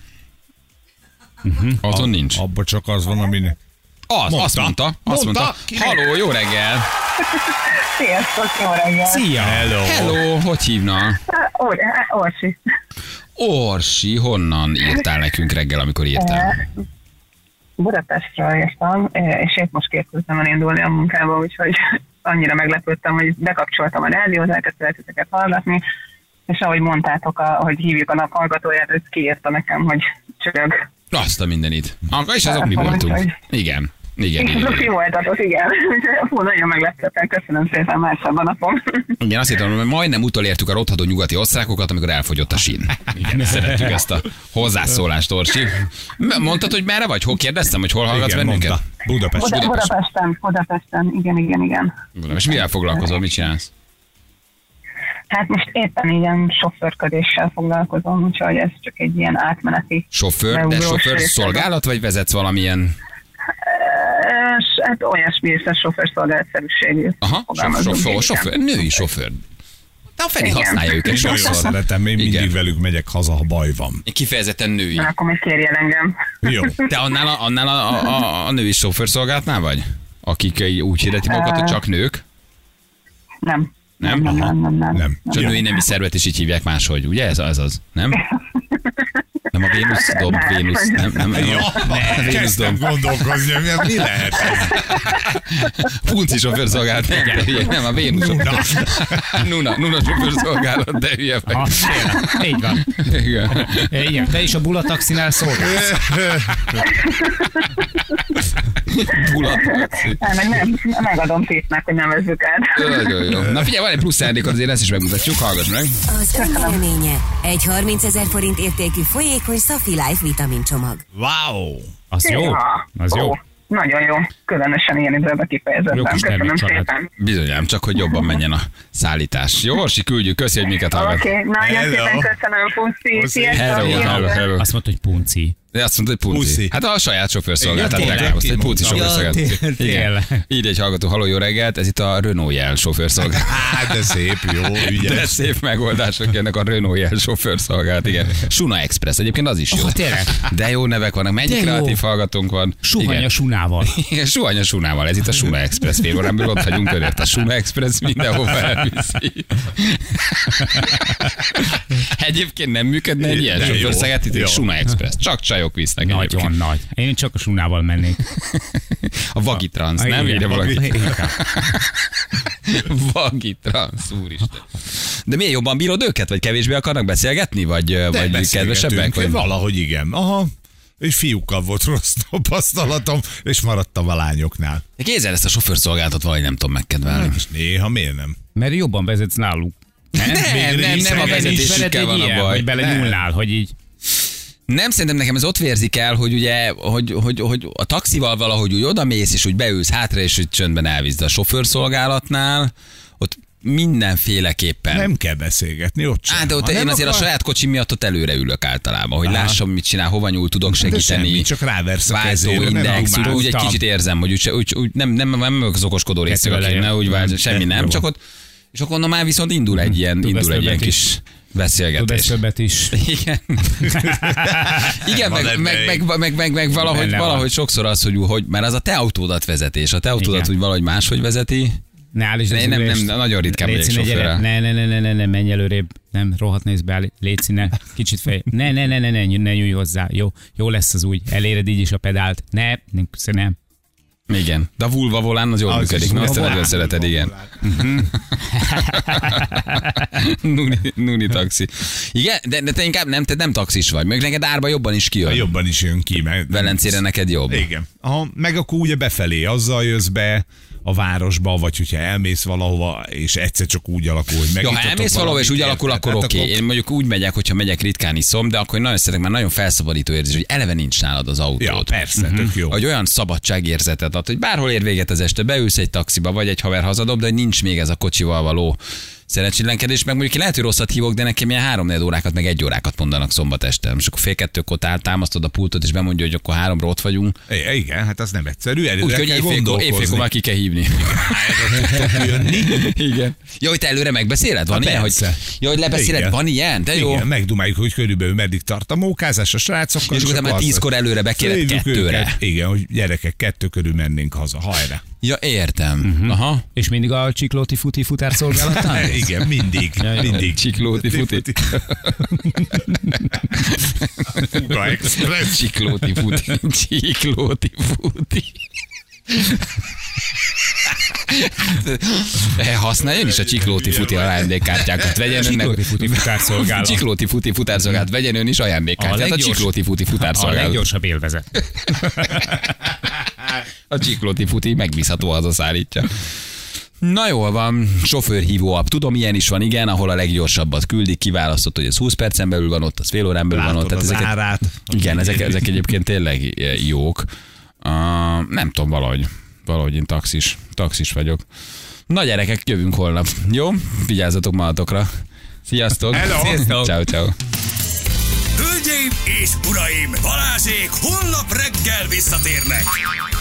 Azon nincs. Abba csak az van, aminek... Azt mondta. Halló, jó reggel. Sziasztok, jó reggel. Szia. Hello, hogy hívna? Orsi. Orsi, honnan írtál nekünk reggel, amikor írtál? Budapestről írtam, és épp most készültem elindulni a munkába, úgyhogy annyira meglepődtem, hogy bekapcsoltam a rádiót, elkezdtem titeket hallgatni, és ahogy mondtátok, hogy hívjuk a naphallgatóját, őt kiírta nekem, hogy csörög. Azt a mindenit. És azok mi voltunk. Igen. Igen. És azok kivoltatok, igen. Fú, nagyon megleptettem, köszönöm szépen, már szebb a napom. Igen, azt hittem, hogy majdnem utolértük a rothadó nyugati osztrákokat, amikor elfogyott a sín. Igen, szeretjük ezt a hozzászólást, Orsi. Mondtad, hogy merre vagy? Hol kérdeztem, hogy hol hallgatsz bennünket? Budapesten, igen. És mivel foglalkozol, mit csinálsz? Hát most éppen ilyen sofőrködéssel foglalkozom, úgyhogy ez csak egy ilyen átmeneti. Sofőr, de sofőr szolgálat, vagy vezetsz valamilyen? Hát olyasmi észre sofőrszolgálatszerűségű. Aha, sofőr, női sofőr. De a Feri használja őket. Én nagyon szeretem, én mindig velük megyek haza, ha baj van. Kifejezetten női. Na, akkor még kérjen engem. Jó. Te annál a női sofőrszolgálatnál vagy? Akik úgy hirdetik magukat, hogy csak nők? Nem. Nem. Csak női nemi szervet is így hívják máshogy, ugye? Ez az, nem? Nem a Vénusz domb, Vénusz, nem. Vénusz domb. Gondolkozni, mi lehet ez? Punci sofőrszolgálat, nem a Vénusz. Nuna sofőrszolgálat, de hülye vagy. Így van. Igen, te is a Bula taxinál szolgálsz. Bula taxi. Nem, megadom tétnek, hogy nevezzük át. Nagyon jó. Na figyelj, van egy plusz szándékot, azért ezt is megmutatjuk, hallgass meg. Az önvéleménye. Egy 30 000 forint értékű folyékony Safi Life vitamincsomag. Wow! Az jó. Az jó. Nagyon jó. Különösen ilyen időben kifejezetten. Köszönöm szépen. Bizonyám, csak hogy jobban menjen a szállítás. Jó, Orsi, küldjük, köszi, hogy miket hallgat. Oké, nagyon szépen köszönöm, Puszi. Sziasztok. Azt mondta, hogy punci. De azt mondta, hogy punci. Hát a saját sofőrszolgálatát megálmozta, egy punci sofőrszolgálat. Igen. Így egy hallgató, haló, jó reggelt, ez itt a Renault jel sofőrszolgálat. De szép, jó, ügyes. De szép megoldások jönnek a Renault jel sofőrszolgálat, igen. Suna Express, egyébként az is jó. Tényleg. De jó nevek vannak, mennyi kreatív hallgatónk van. Suhany a Sunával. Igen, Suhany a Sunával, ez itt a Suna Express. Félóránból ott hagyunk önért. A Suna Express mindenhova elviszi. Egyébként nem működne egy ilyen sofőrszolgálat, itt egy Suna Express. Csak csajok visznek. Nagyon nagy. Én csak a Sunával mennék. A Vagitrans, nem? Ide valaki. Vagitrans, úristen. De miért jobban bírod őket, vagy kevésbé akarnak beszélgetni, vagy kedvesebbek? Vagy? Valahogy igen. Aha. És fiúkkal volt rossz tapasztalatom, és maradtam a lányoknál. Kézzel ezt a sofőrszolgálatot valahogy nem tudom megkedvelni. Néha miért nem? Mert jobban vezetsz náluk. Nem a vezetésükkel van a baj. Hogy bele nyúlnál, hogy így. Nem, szerintem nekem ez ott vérzik el, hogy ugye, hogy a taxival valahogy úgy odamész, és úgy beülsz hátra, és úgy csöndben elviszd. A sofőrszolgálatnál, ott mindenféleképpen. Nem kell beszélgetni, ott sem. De ott én azért a saját kocsim miatt ott előre ülök általában, hogy lássam, mit csinál, hova nyúl, tudok segíteni. Semmi, csak ráversz a kezére. Index, úgy egy kicsit érzem, hogy úgy nem az okoskodó részek, ne úgy semmi nem, csak ott, és akkor onnan már viszont indul egy ilyen kis beszélgetés. Tudsz többet is. Igen. Igen, meg valahogy sokszor az, hogy mert az a te autódat vezetés, a te autódat úgy valahogy máshogy vezeti. Nem, nagyon ritkán megyek sofőrrel. Ne, menj előrébb. Nem, rohadt nézd be, légy színe, kicsit fej. Ne nyújj hozzá. Jó lesz az úgy, eléred így is a pedált. Nem. Igen, de a vulva volán az jól működik. Na, azt te nagyon szereted, igen. Nuni taxi. Igen, de te inkább nem taxis vagy. Meg neked árba jobban is kijön. Jobban is jön ki. Velencére neked jobb. Igen. Meg akkor ugye befelé, azzal jössz be a városba, vagy hogyha elmész valahova, és egyszer csak úgy alakul, hogy megnyitotok. Ha elmész valahova, és úgy alakul, akkor oké. Én mondjuk úgy megyek, hogyha megyek ritkán iszom, de akkor nagyon szeretek, már nagyon felszabadító érzés, hogy eleve nincs nálad az autót. Ja, persze, tök jó. Hogy olyan szabadságérzetet ad, hogy bárhol ér véget az este, beülsz egy taxiba, vagy egy haver hazadob, de nincs még ez a kocsival való szerencsillenkedés, meg mondjuk lehet, hogy rosszat hívok, de nekem ilyen 3-4 órákat, meg 1 órákat mondanak szombat este. És akkor 1:30-kor támasztod a pultot, és bemondja, hogy akkor 3-ra ott vagyunk. Igen, hát az nem egyszerű. Úgyhogy éjfélkor már ki kell hívni. Igen. Jó, hogy te előre megbeszéled? Van ilyen, hogy lebeszéled? Van ilyen? De jó. Igen, megdumáljuk, hogy körülbelül meddig tart a mókázás a srácokkal. És akkor már 10-kor előre bekéred 2-re. Igen, hogy gyerekek 2 körül mennénk haza. Hajrá. Ja, értem. Aha. És mindig a Csiklóti futi futárszolgálatnál? Igen, mindig. Mindig. Csiklóti futi. Fuga Express. Csiklóti futi. Használjon is a Csiklóti futi ajándékkártyákat. Vegyen Csiklóti futi futárszolgálat. Csiklóti futi futárszolgálat. Vegyen ön is ajándékkártyát a Csiklóti futi futárszolgálat. A leggyorsabb élvezet. A Csiklóti futi megbízható hazaszállítja. Na jól van, sofőrhívó app. Tudom, ilyen is van, igen, ahol a leggyorsabbat küldik, kiválasztott, hogy ez 20 percen belül van ott, az fél órán belül van ott. Tehát az árát. Igen, ezek egyébként tényleg jók. Nem tudom, valahogy én taxis vagyok. Na gyerekek, jövünk holnap. Jó? Vigyázzatok magatokra. Sziasztok! Hello! Ciao, ciao. Hölgyeim és uraim, Balázsék holnap reggel visszatérnek.